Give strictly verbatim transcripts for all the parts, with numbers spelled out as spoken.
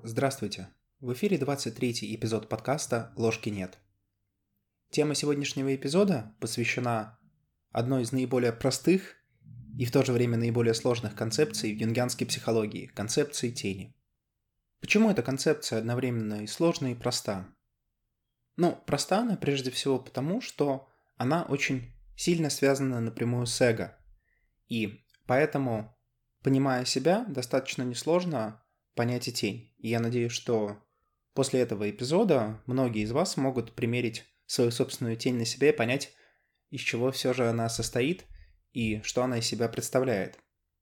Здравствуйте! В эфире двадцать третий эпизод подкаста «Ложки нет». Тема сегодняшнего эпизода посвящена одной из наиболее простых и в то же время наиболее сложных концепций в юнгианской психологии – концепции тени. Почему эта концепция одновременно и сложная, и проста? Ну, проста она прежде всего потому, что она очень сильно связана напрямую с эго. И поэтому, понимая себя, достаточно несложно понять и тень. И я надеюсь, что после этого эпизода многие из вас могут примерить свою собственную тень на себя и понять, из чего все же она состоит и что она из себя представляет.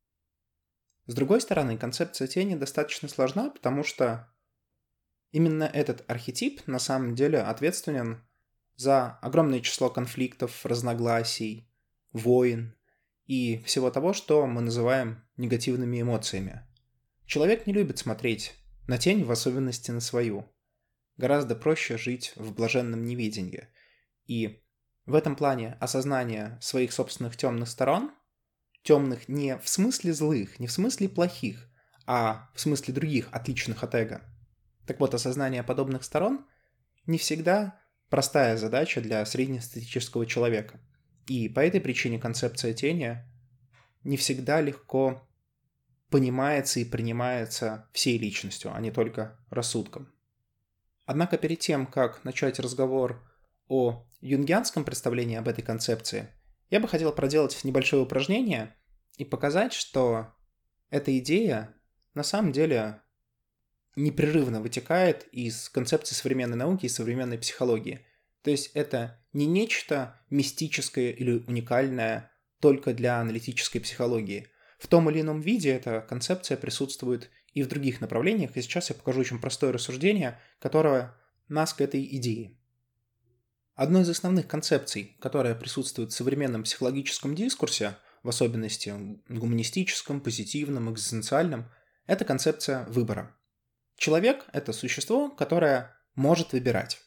С другой стороны, концепция тени достаточно сложна, потому что именно этот архетип на самом деле ответственен за огромное число конфликтов, разногласий, войн и всего того, что мы называем негативными эмоциями. Человек не любит смотреть на тень, в особенности на свою. Гораздо проще жить в блаженном неведении. И в этом плане осознание своих собственных темных сторон, темных не в смысле злых, не в смысле плохих, а в смысле других, отличных от эго. Так вот, осознание подобных сторон не всегда простая задача для среднестатистического человека. И по этой причине концепция тени не всегда легко понимается и принимается всей личностью, а не только рассудком. Однако перед тем, как начать разговор о юнгианском представлении об этой концепции, я бы хотел проделать небольшое упражнение и показать, что эта идея на самом деле непрерывно вытекает из концепции современной науки и современной психологии. То есть это не нечто мистическое или уникальное только для аналитической психологии. В том или ином виде эта концепция присутствует и в других направлениях, и сейчас я покажу очень простое рассуждение, которое нас к этой идее. Одной из основных концепций, которая присутствует в современном психологическом дискурсе, в особенности гуманистическом, позитивном, экзистенциальном, это концепция выбора. Человек – это существо, которое может выбирать.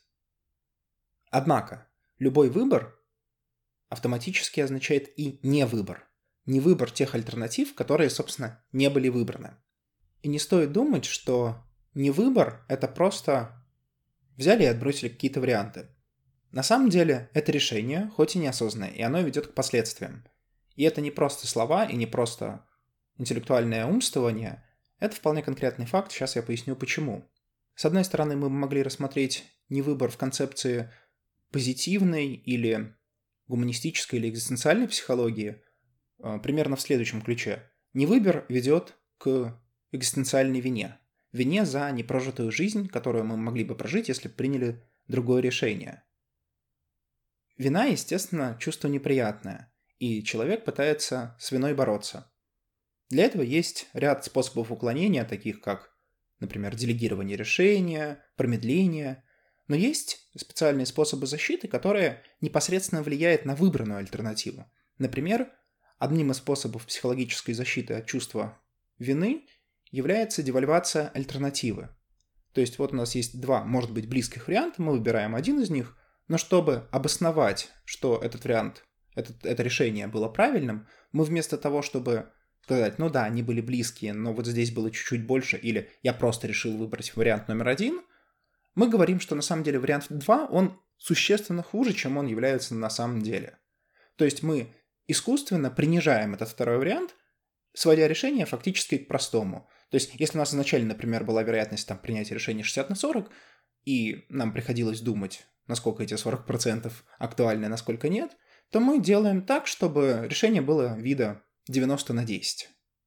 Однако любой выбор автоматически означает и невыбор. Не выбор тех альтернатив, которые, собственно, не были выбраны. И не стоит думать, что не выбор – это просто взяли и отбросили какие-то варианты. На самом деле это решение, хоть и неосознанное, и оно ведет к последствиям. И это не просто слова и не просто интеллектуальное умствование, это вполне конкретный факт, сейчас я поясню почему. С одной стороны, мы могли рассмотреть невыбор в концепции позитивной или гуманистической или экзистенциальной психологии, примерно в следующем ключе. Невыбор ведет к экзистенциальной вине. Вине за непрожитую жизнь, которую мы могли бы прожить, если бы приняли другое решение. Вина, естественно, чувство неприятное, и человек пытается с виной бороться. Для этого есть ряд способов уклонения, таких как, например, делегирование решения, промедление, но есть специальные способы защиты, которые непосредственно влияют на выбранную альтернативу. Например, одним из способов психологической защиты от чувства вины является девальвация альтернативы. То есть вот у нас есть два, может быть, близких варианта, мы выбираем один из них, но чтобы обосновать, что этот вариант, этот, это решение было правильным, мы вместо того, чтобы сказать, ну да, они были близкие, но вот здесь было чуть-чуть больше, или я просто решил выбрать вариант номер один, мы говорим, что на самом деле вариант два, он существенно хуже, чем он является на самом деле. То есть мы искусственно принижаем этот второй вариант, сводя решение фактически к простому. То есть, если у нас изначально, например, была вероятность там, принятия решения шестьдесят на сорок, и нам приходилось думать, насколько эти сорок процентов актуальны, а насколько нет, то мы делаем так, чтобы решение было вида девяносто на десять.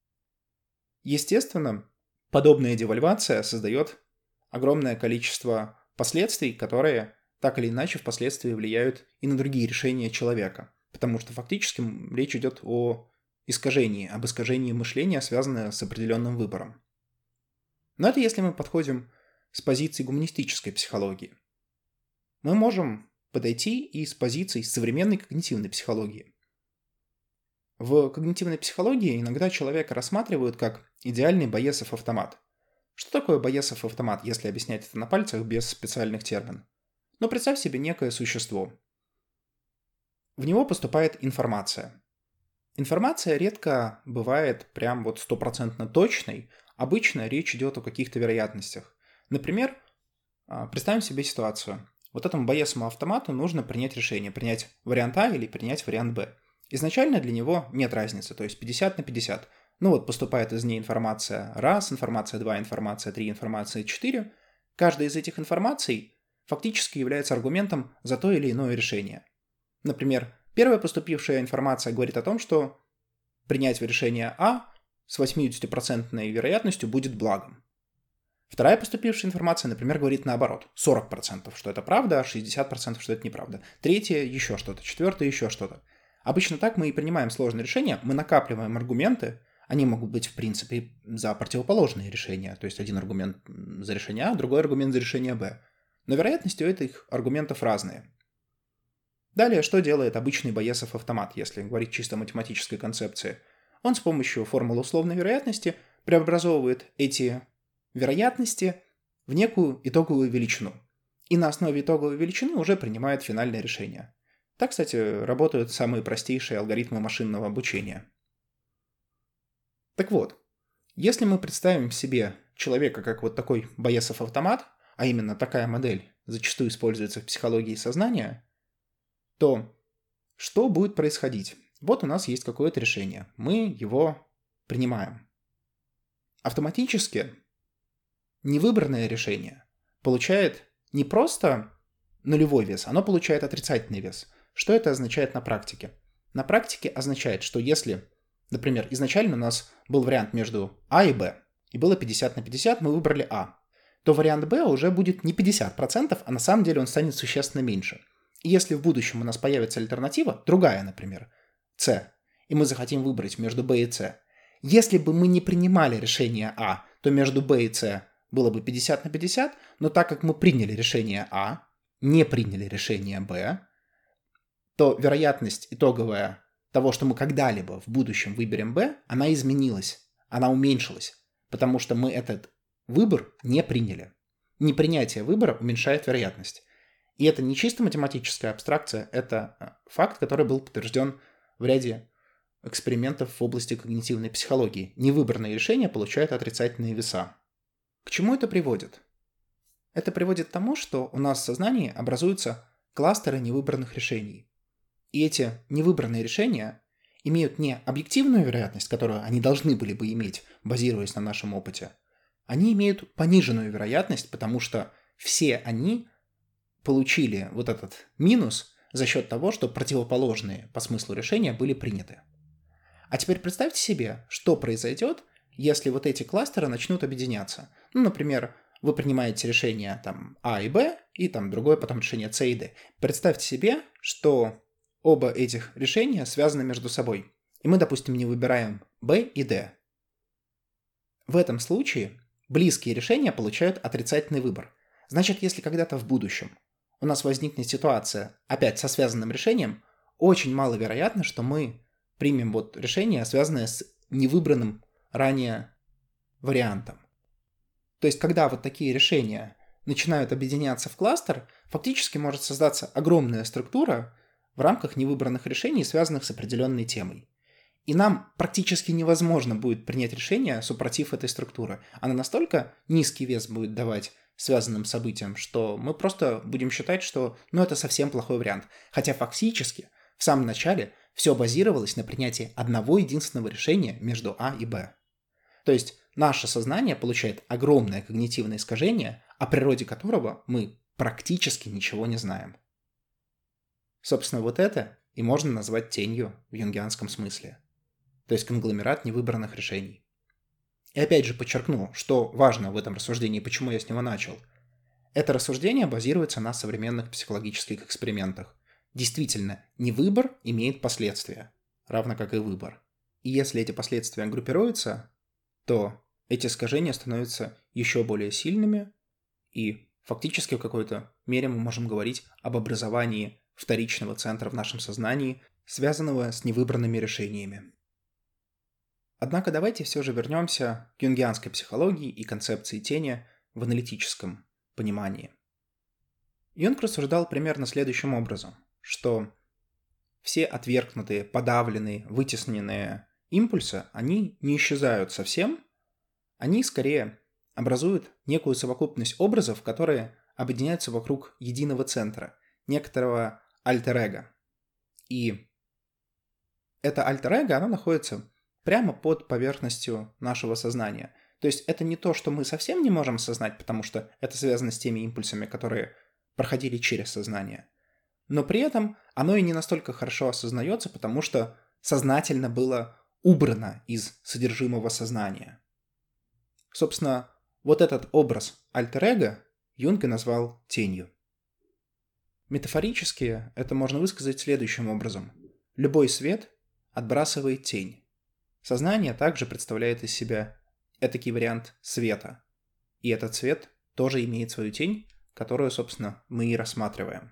Естественно, подобная девальвация создает огромное количество последствий, которые так или иначе впоследствии влияют и на другие решения человека. Потому что фактически речь идет о искажении, об искажении мышления, связанное с определенным выбором. Но это если мы подходим с позиции гуманистической психологии. Мы можем подойти и с позиции современной когнитивной психологии. В когнитивной психологии иногда человека рассматривают как идеальный Байесов автомат. Что такое Байесов автомат, если объяснять это на пальцах без специальных терминов? Ну, представь себе некое существо. В него поступает информация. Информация редко бывает прям вот стопроцентно точной, обычно речь идет о каких-то вероятностях. Например, представим себе ситуацию. Вот этому боесному автомату нужно принять решение, принять вариант А или принять вариант Б. Изначально для него нет разницы, то есть пятьдесят на пятьдесят. Ну вот поступает из ней информация раз, информация два, информация три, информация четыре. Каждая из этих информаций фактически является аргументом за то или иное решение. Например, первая поступившая информация говорит о том, что принять решение А с восьмидесятипроцентной вероятностью будет благом. Вторая поступившая информация, например, говорит наоборот. сорок процентов, что это правда, а шестьдесят процентов, что это неправда. Третья – еще что-то, четвертая – еще что-то. Обычно так мы и принимаем сложные решения, мы накапливаем аргументы, они могут быть, в принципе, за противоположные решения, то есть один аргумент за решение А, другой аргумент за решение Б. Но вероятности у этих аргументов разные. Далее, что делает обычный Боесов автомат, если говорить чисто о математической концепции? Он с помощью формулы условной вероятности преобразовывает эти вероятности в некую итоговую величину. И на основе итоговой величины уже принимает финальное решение. Так, кстати, работают самые простейшие алгоритмы машинного обучения. Так вот, если мы представим себе человека как вот такой Боесов автомат, а именно такая модель зачастую используется в психологии сознания, то что будет происходить? Вот у нас есть какое-то решение, мы его принимаем. Автоматически невыбранное решение получает не просто нулевой вес, оно получает отрицательный вес. Что это означает на практике? На практике означает, что если, например, изначально у нас был вариант между А и Б, и было пятьдесят на пятьдесят, мы выбрали А, то вариант Б уже будет не пятьдесят процентов, а на самом деле он станет существенно меньше. И если в будущем у нас появится альтернатива, другая, например, С, и мы захотим выбрать между Б и С, если бы мы не принимали решение А, то между Б и С было бы пятьдесят на пятьдесят, но так как мы приняли решение А, не приняли решение Б, то вероятность итоговая того, что мы когда-либо в будущем выберем Б, она изменилась, она уменьшилась, потому что мы этот выбор не приняли. Непринятие выбора уменьшает вероятность. И это не чисто математическая абстракция, это факт, который был подтвержден в ряде экспериментов в области когнитивной психологии. Невыбранные решения получают отрицательные веса. К чему это приводит? Это приводит к тому, что у нас в сознании образуются кластеры невыбранных решений. И эти невыбранные решения имеют не объективную вероятность, которую они должны были бы иметь, базируясь на нашем опыте. Они имеют пониженную вероятность, потому что все они получили вот этот минус за счет того, что противоположные по смыслу решения были приняты. А теперь представьте себе, что произойдет, если вот эти кластеры начнут объединяться. Ну, например, вы принимаете решение там А и Б, и там другое потом решение С и Д. Представьте себе, что оба этих решения связаны между собой. И мы, допустим, не выбираем Б и Д. В этом случае близкие решения получают отрицательный выбор. Значит, если когда-то в будущем у нас возникнет ситуация, опять со связанным решением, очень маловероятно, что мы примем вот решение, связанное с невыбранным ранее вариантом. То есть, когда вот такие решения начинают объединяться в кластер, фактически может создаться огромная структура в рамках невыбранных решений, связанных с определенной темой. И нам практически невозможно будет принять решение, супротив этой структуры. Она настолько низкий вес будет давать связанным событиям, что мы просто будем считать, что ну, это совсем плохой вариант. Хотя фактически в самом начале все базировалось на принятии одного единственного решения между А и Б. То есть наше сознание получает огромное когнитивное искажение, о природе которого мы практически ничего не знаем. Собственно, вот это и можно назвать тенью в юнгианском смысле. То есть конгломерат невыбранных решений. И опять же подчеркну, что важно в этом рассуждении, почему я с него начал. Это рассуждение базируется на современных психологических экспериментах. Действительно, невыбор имеет последствия, равно как и выбор. И если эти последствия группируются, то эти искажения становятся еще более сильными, и фактически в какой-то мере мы можем говорить об образовании вторичного центра в нашем сознании, связанного с невыбранными решениями. Однако давайте все же вернемся к юнгианской психологии и концепции тени в аналитическом понимании. Юнг рассуждал примерно следующим образом, что все отвергнутые, подавленные, вытесненные импульсы, они не исчезают совсем, они скорее образуют некую совокупность образов, которые объединяются вокруг единого центра, некоторого альтер-эго. И это альтер-эго, оно находится прямо под поверхностью нашего сознания. То есть это не то, что мы совсем не можем осознать, потому что это связано с теми импульсами, которые проходили через сознание. Но при этом оно и не настолько хорошо осознается, потому что сознательно было убрано из содержимого сознания. Собственно, вот этот образ альтер-эго Юнг и назвал тенью. Метафорически это можно высказать следующим образом. Любой свет отбрасывает тень. Сознание также представляет из себя этакий вариант света. И этот свет тоже имеет свою тень, которую, собственно, мы и рассматриваем.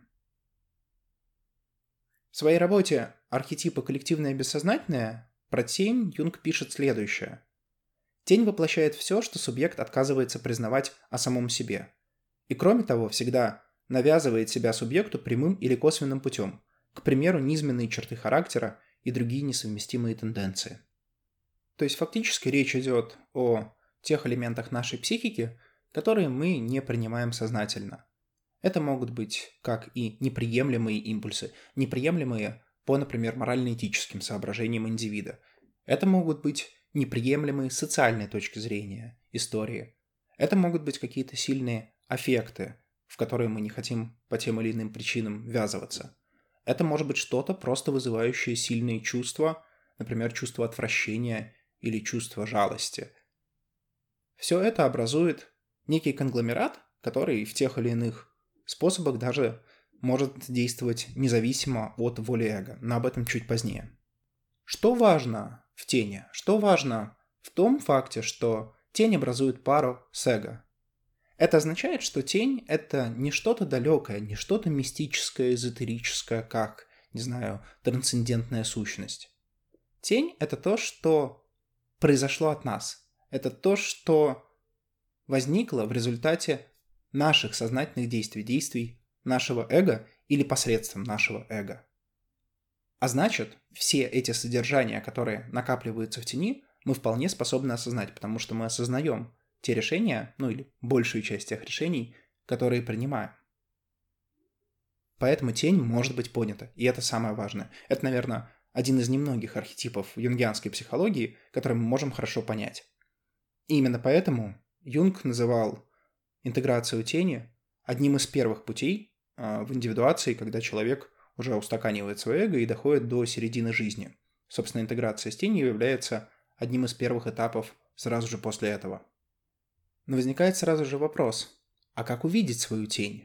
В своей работе «Архетипы коллективное и бессознательное» про тень Юнг пишет следующее. Тень воплощает все, что субъект отказывается признавать о самом себе. И кроме того, всегда навязывает себя субъекту прямым или косвенным путем, к примеру, низменные черты характера и другие несовместимые тенденции. То есть фактически речь идет о тех элементах нашей психики, которые мы не принимаем сознательно. Это могут быть как и неприемлемые импульсы, неприемлемые по, например, морально-этическим соображениям индивида. Это могут быть неприемлемые с социальной точки зрения истории. Это могут быть какие-то сильные аффекты, в которые мы не хотим по тем или иным причинам ввязываться. Это может быть что-то, просто вызывающее сильные чувства, например, чувство отвращения или чувство жалости. Все это образует некий конгломерат, который в тех или иных способах даже может действовать независимо от воли эго, но об этом чуть позднее. Что важно в тени? Что важно в том факте, что тень образует пару с эго? Это означает, что тень — это не что-то далекое, не что-то мистическое, эзотерическое, как, не знаю, трансцендентная сущность. Тень — это то, что произошло от нас. Это то, что возникло в результате наших сознательных действий, действий нашего эго или посредством нашего эго. А значит, все эти содержания, которые накапливаются в тени, мы вполне способны осознать, потому что мы осознаем те решения, ну или большую часть тех решений, которые принимаем. Поэтому тень может быть понята, и это самое важное. Это, наверное, один из немногих архетипов юнгианской психологии, который мы можем хорошо понять. И именно поэтому Юнг называл интеграцию тени одним из первых путей э, в индивидуации, когда человек уже устаканивает свое эго и доходит до середины жизни. Собственно, интеграция с тенью является одним из первых этапов сразу же после этого. Но возникает сразу же вопрос, а как увидеть свою тень?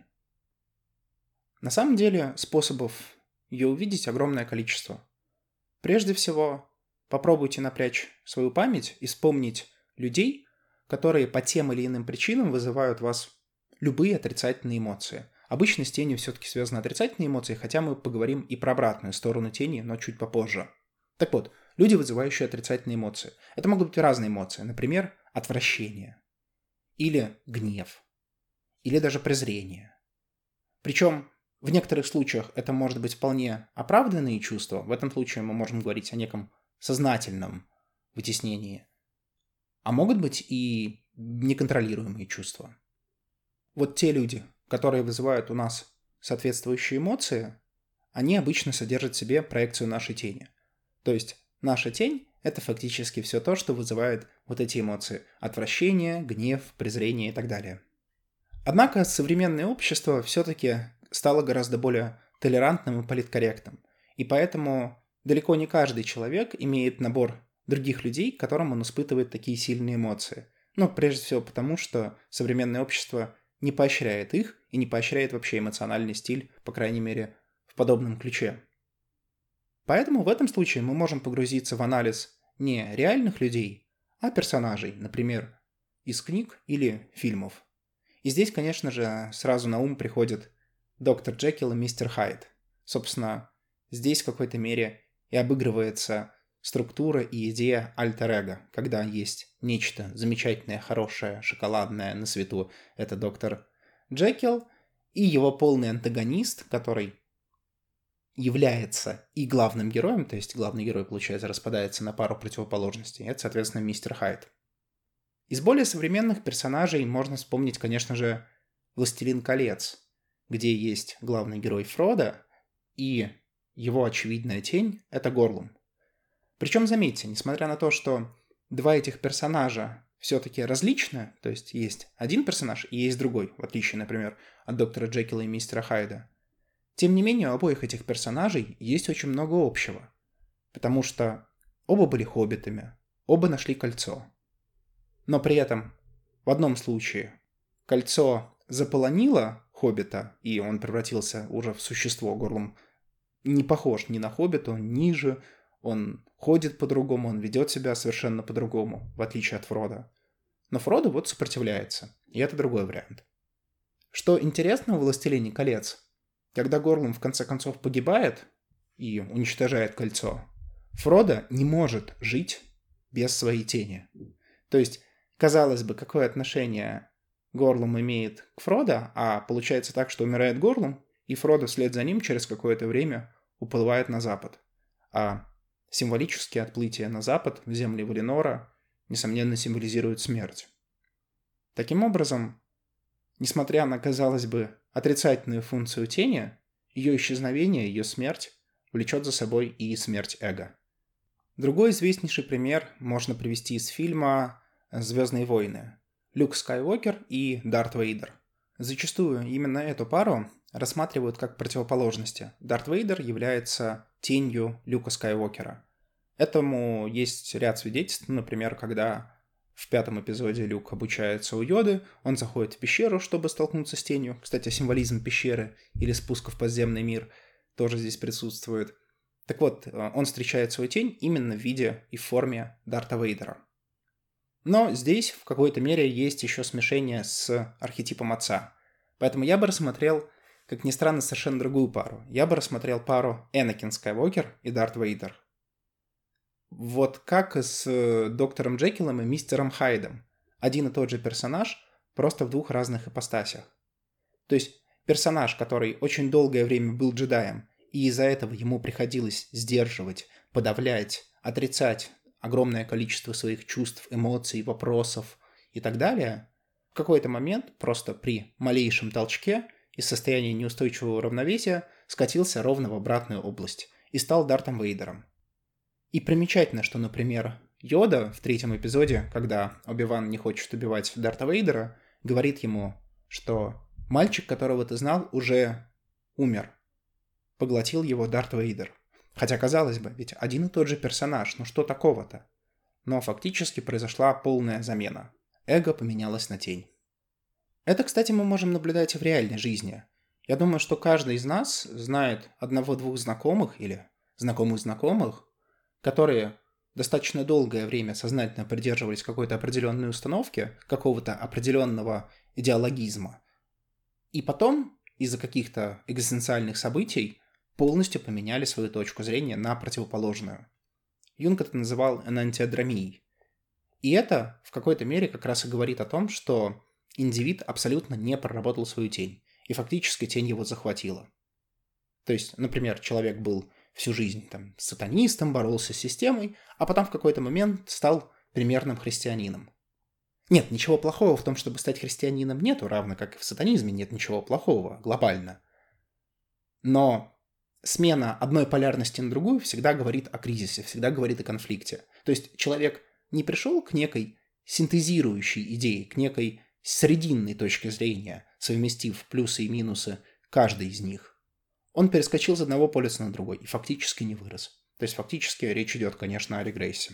На самом деле способов ее увидеть огромное количество. Прежде всего, попробуйте напрячь свою память и вспомнить людей, которые по тем или иным причинам вызывают в вас любые отрицательные эмоции. Обычно с тенью все-таки связаны отрицательные эмоции, хотя мы поговорим и про обратную сторону тени, но чуть попозже. Так вот, люди, вызывающие отрицательные эмоции. Это могут быть разные эмоции, например, отвращение, или гнев, или даже презрение. Причем в некоторых случаях это может быть вполне оправданные чувства. В этом случае мы можем говорить о неком сознательном вытеснении. А могут быть и неконтролируемые чувства. Вот те люди, которые вызывают у нас соответствующие эмоции, они обычно содержат в себе проекцию нашей тени. То есть наша тень — это фактически все то, что вызывает вот эти эмоции. Отвращение, гнев, презрение и так далее. Однако современное общество все-таки стало гораздо более толерантным и политкорректным. И поэтому далеко не каждый человек имеет набор других людей, к которым он испытывает такие сильные эмоции. Ну, прежде всего потому, что современное общество не поощряет их и не поощряет вообще эмоциональный стиль, по крайней мере, в подобном ключе. Поэтому в этом случае мы можем погрузиться в анализ не реальных людей, а персонажей, например, из книг или фильмов. И здесь, конечно же, сразу на ум приходит доктор Джекил и мистер Хайд. Собственно, здесь в какой-то мере и обыгрывается структура и идея альтер-эго, когда есть нечто замечательное, хорошее, шоколадное на свету. Это доктор Джекил и его полный антагонист, который является и главным героем, то есть главный герой, получается, распадается на пару противоположностей. Это, соответственно, мистер Хайд. Из более современных персонажей можно вспомнить, конечно же, «Властелин колец», где есть главный герой Фродо, и его очевидная тень — это Горлум. Причем, заметьте, несмотря на то, что два этих персонажа все-таки различны, то есть есть один персонаж и есть другой, в отличие, например, от доктора Джекила и мистера Хайда, тем не менее у обоих этих персонажей есть очень много общего, потому что оба были хоббитами, оба нашли кольцо. Но при этом в одном случае кольцо заполонило хоббита, и он превратился уже в существо. Горлум не похож ни на хоббита, он ниже, он ходит по-другому, он ведет себя совершенно по-другому, в отличие от Фродо. Но Фродо вот сопротивляется, и это другой вариант. Что интересно в «Властелине колец», когда Горлум в конце концов погибает и уничтожает кольцо, Фродо не может жить без своей тени. То есть, казалось бы, какое отношение Горлум имеет к Фродо, а получается так, что умирает Горлум, и Фродо вслед за ним через какое-то время уплывает на запад. А символически отплытие на запад, в земли Валинора, несомненно символизирует смерть. Таким образом, несмотря на, казалось бы, отрицательную функцию тени, ее исчезновение, ее смерть влечет за собой и смерть эго. Другой известнейший пример можно привести из фильма «Звездные войны». Люк Скайуокер и Дарт Вейдер. Зачастую именно эту пару рассматривают как противоположности. Дарт Вейдер является тенью Люка Скайуокера. Этому есть ряд свидетельств, например, когда в пятом эпизоде Люк обучается у Йоды, он заходит в пещеру, чтобы столкнуться с тенью. Кстати, символизм пещеры или спуска в подземный мир тоже здесь присутствует. Так вот, он встречает свою тень именно в виде и в форме Дарта Вейдера. Но здесь в какой-то мере есть еще смешение с архетипом отца. Поэтому я бы рассмотрел, как ни странно, совершенно другую пару. Я бы рассмотрел пару Энакин Скайуокер и Дарт Вейдер. Вот как с доктором Джекилом и мистером Хайдом. Один и тот же персонаж, просто в двух разных ипостасях. То есть персонаж, который очень долгое время был джедаем, и из-за этого ему приходилось сдерживать, подавлять, отрицать огромное количество своих чувств, эмоций, вопросов и так далее, в какой-то момент просто при малейшем толчке из состояния неустойчивого равновесия скатился ровно в обратную область и стал Дартом Вейдером. И примечательно, что, например, Йода в третьем эпизоде, когда Оби-Ван не хочет убивать Дарта Вейдера, говорит ему, что мальчик, которого ты знал, уже умер. Поглотил его Дарт Вейдер. Хотя, казалось бы, ведь один и тот же персонаж, ну что такого-то? Но фактически произошла полная замена. Эго поменялось на тень. Это, кстати, мы можем наблюдать и в реальной жизни. Я думаю, что каждый из нас знает одного-двух знакомых или знакомых знакомых, которые достаточно долгое время сознательно придерживались какой-то определенной установки, какого-то определенного идеологизма. И потом, из-за каких-то экзистенциальных событий, полностью поменяли свою точку зрения на противоположную. Юнг это называл энантиодромией. И это в какой-то мере как раз и говорит о том, что индивид абсолютно не проработал свою тень, и фактически тень его захватила. То есть, например, человек был всю жизнь там, сатанистом, боролся с системой, а потом в какой-то момент стал примерным христианином. Нет, ничего плохого в том, чтобы стать христианином, нету, равно как и в сатанизме нет ничего плохого, глобально. Но смена одной полярности на другую всегда говорит о кризисе, всегда говорит о конфликте. То есть человек не пришел к некой синтезирующей идее, к некой срединной точке зрения, совместив плюсы и минусы каждой из них. Он перескочил с одного полюса на другой и фактически не вырос. То есть фактически речь идет, конечно, о регрессе.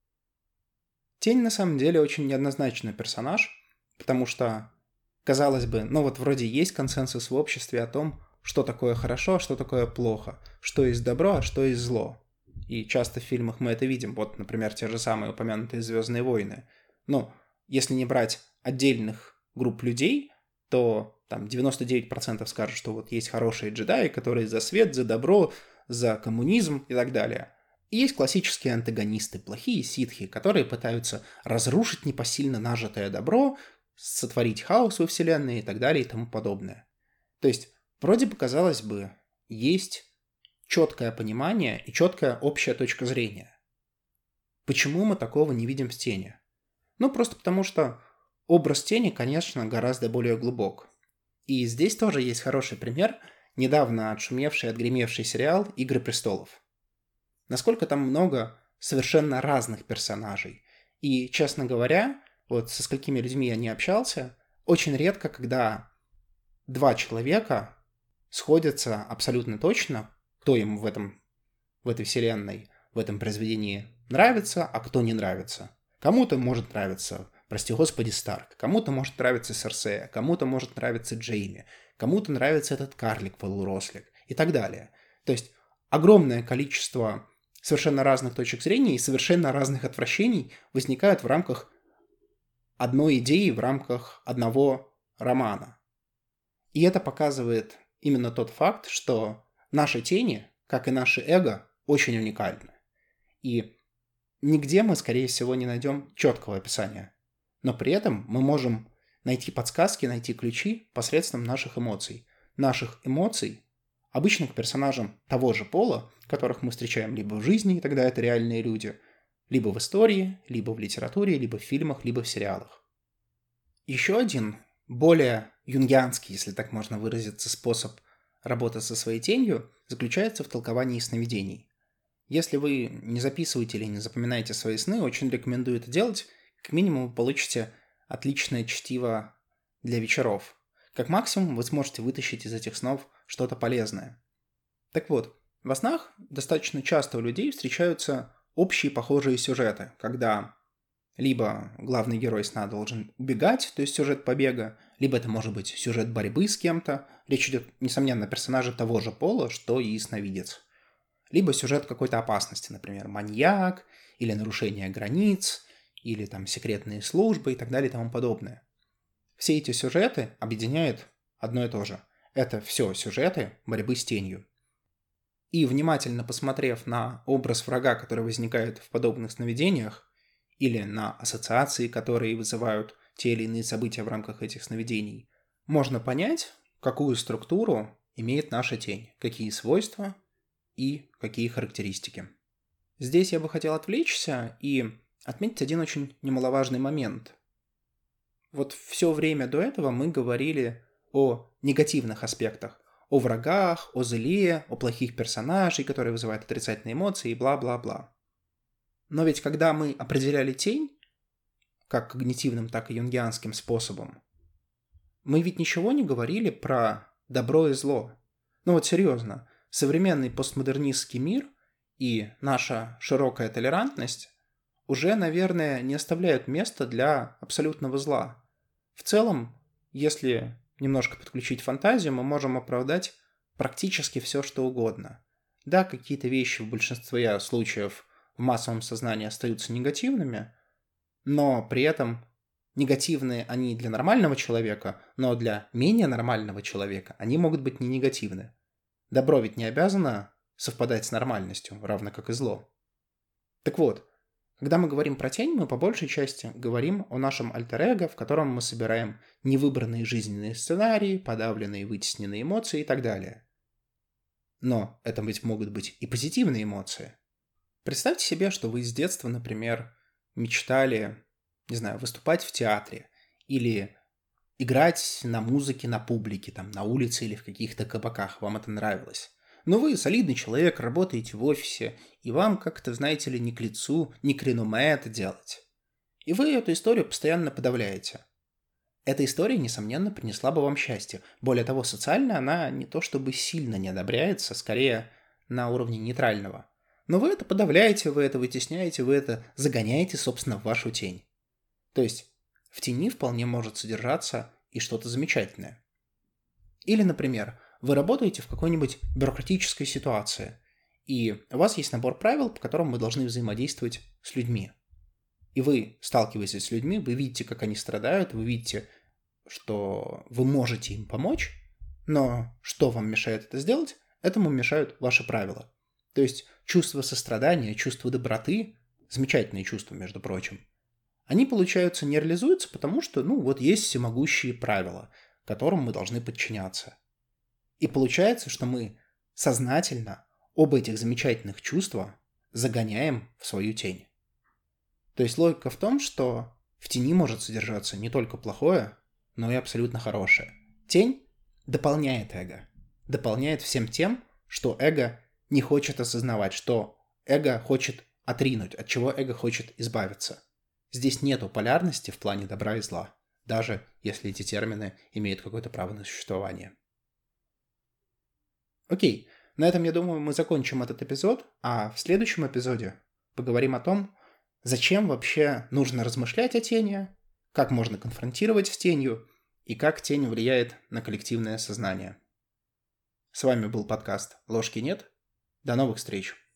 Тень на самом деле очень неоднозначный персонаж, потому что, казалось бы, ну вот вроде есть консенсус в обществе о том, что такое хорошо, а что такое плохо, что есть добро, а что есть зло. И часто в фильмах мы это видим. Вот, например, те же самые упомянутые «Звездные войны». Но если не брать отдельных групп людей, то там девяносто девять процентов скажут, что вот есть хорошие джедаи, которые за свет, за добро, за коммунизм и так далее. И есть классические антагонисты, плохие ситхи, которые пытаются разрушить непосильно нажитое добро, сотворить хаос во вселенной и так далее и тому подобное. То есть, вроде бы, казалось бы, есть четкое понимание и четкая общая точка зрения. Почему мы такого не видим в тени? Ну, просто потому что образ тени, конечно, гораздо более глубок. И здесь тоже есть хороший пример, недавно отшумевший, отгремевший сериал «Игры престолов». Насколько там много совершенно разных персонажей. И, честно говоря, вот со сколькими людьми я не общался, очень редко, когда два человека сходятся абсолютно точно, кто им в этом, в этой вселенной, в этом произведении нравится, а кто не нравится. Кому-то может нравиться, прости господи, Старк, кому-то может нравиться Серсея, кому-то может нравиться Джейми, кому-то нравится этот карлик полурослик и так далее. То есть огромное количество совершенно разных точек зрения и совершенно разных отвращений возникают в рамках одной идеи, в рамках одного романа. И это показывает именно тот факт, что наши тени, как и наше эго, очень уникальны. И нигде мы, скорее всего, не найдем четкого описания. Но при этом мы можем найти подсказки, найти ключи посредством наших эмоций. Наших эмоций, обычно к персонажам того же пола, которых мы встречаем либо в жизни, и тогда это реальные люди, либо в истории, либо в литературе, либо в фильмах, либо в сериалах. Еще один, более юнгианский, если так можно выразиться, способ работы со своей тенью заключается в толковании сновидений. Если вы не записываете или не запоминаете свои сны, очень рекомендую это делать. Как минимум вы получите отличное чтиво для вечеров. Как максимум вы сможете вытащить из этих снов что-то полезное. Так вот, во снах достаточно часто у людей встречаются общие похожие сюжеты, когда либо главный герой сна должен убегать, то есть сюжет побега, либо это может быть сюжет борьбы с кем-то. Речь идет, несомненно, о персонаже того же пола, что и сновидец. Либо сюжет какой-то опасности, например, маньяк, или нарушение границ, или там секретные службы и так далее и тому подобное. Все эти сюжеты объединяет одно и то же. Это все сюжеты борьбы с тенью. И внимательно посмотрев на образ врага, который возникает в подобных сновидениях, или на ассоциации, которые вызывают те или иные события в рамках этих сновидений, можно понять, какую структуру имеет наша тень, какие свойства и какие характеристики. Здесь я бы хотел отвлечься и отметить один очень немаловажный момент. Вот все время до этого мы говорили о негативных аспектах, о врагах, о зле, о плохих персонажей, которые вызывают отрицательные эмоции и бла-бла-бла. Но ведь когда мы определяли тень, как когнитивным, так и юнгианским способом, мы ведь ничего не говорили про добро и зло. Ну вот серьезно, современный постмодернистский мир и наша широкая толерантность уже, наверное, не оставляют места для абсолютного зла. В целом, если немножко подключить фантазию, мы можем оправдать практически все, что угодно. Да, какие-то вещи в большинстве случаев в массовом сознании остаются негативными, но при этом негативные они для нормального человека, но для менее нормального человека они могут быть не негативны. Добро ведь не обязано совпадать с нормальностью, равно как и зло. Так вот, когда мы говорим про тень, мы по большей части говорим о нашем альтер-эго, в котором мы собираем невыбранные жизненные сценарии, подавленные вытесненные эмоции и так далее. Но это ведь могут быть и позитивные эмоции. Представьте себе, что вы с детства, например, мечтали, не знаю, выступать в театре или играть на музыке на публике, там, на улице или в каких-то кабаках, вам это нравилось. Но вы солидный человек, работаете в офисе, и вам как-то, знаете ли, не к лицу, не к реноме это делать. И вы эту историю постоянно подавляете. Эта история, несомненно, принесла бы вам счастье. Более того, социально она не то чтобы сильно не одобряется, скорее на уровне нейтрального. Но вы это подавляете, вы это вытесняете, вы это загоняете, собственно, в вашу тень. То есть в тени вполне может содержаться и что-то замечательное. Или, например, вы работаете в какой-нибудь бюрократической ситуации, и у вас есть набор правил, по которым вы должны взаимодействовать с людьми. И вы сталкиваетесь с людьми, вы видите, как они страдают, вы видите, что вы можете им помочь, но что вам мешает это сделать? Этому мешают ваши правила. То есть чувство сострадания, чувство доброты, замечательные чувства, между прочим, они, получаются, не реализуются, потому что, ну, вот есть всемогущие правила, которым мы должны подчиняться. И получается, что мы сознательно оба этих замечательных чувства загоняем в свою тень. То есть логика в том, что в тени может содержаться не только плохое, но и абсолютно хорошее. Тень дополняет эго. Дополняет всем тем, что эго не хочет осознавать, что эго хочет отринуть, от чего эго хочет избавиться. Здесь нету полярности в плане добра и зла, даже если эти термины имеют какое-то право на существование. Окей, на этом, я думаю, мы закончим этот эпизод, а в следующем эпизоде поговорим о том, зачем вообще нужно размышлять о тени, как можно конфронтировать с тенью и как тень влияет на коллективное сознание. С вами был подкаст «Ложки нет». До новых встреч!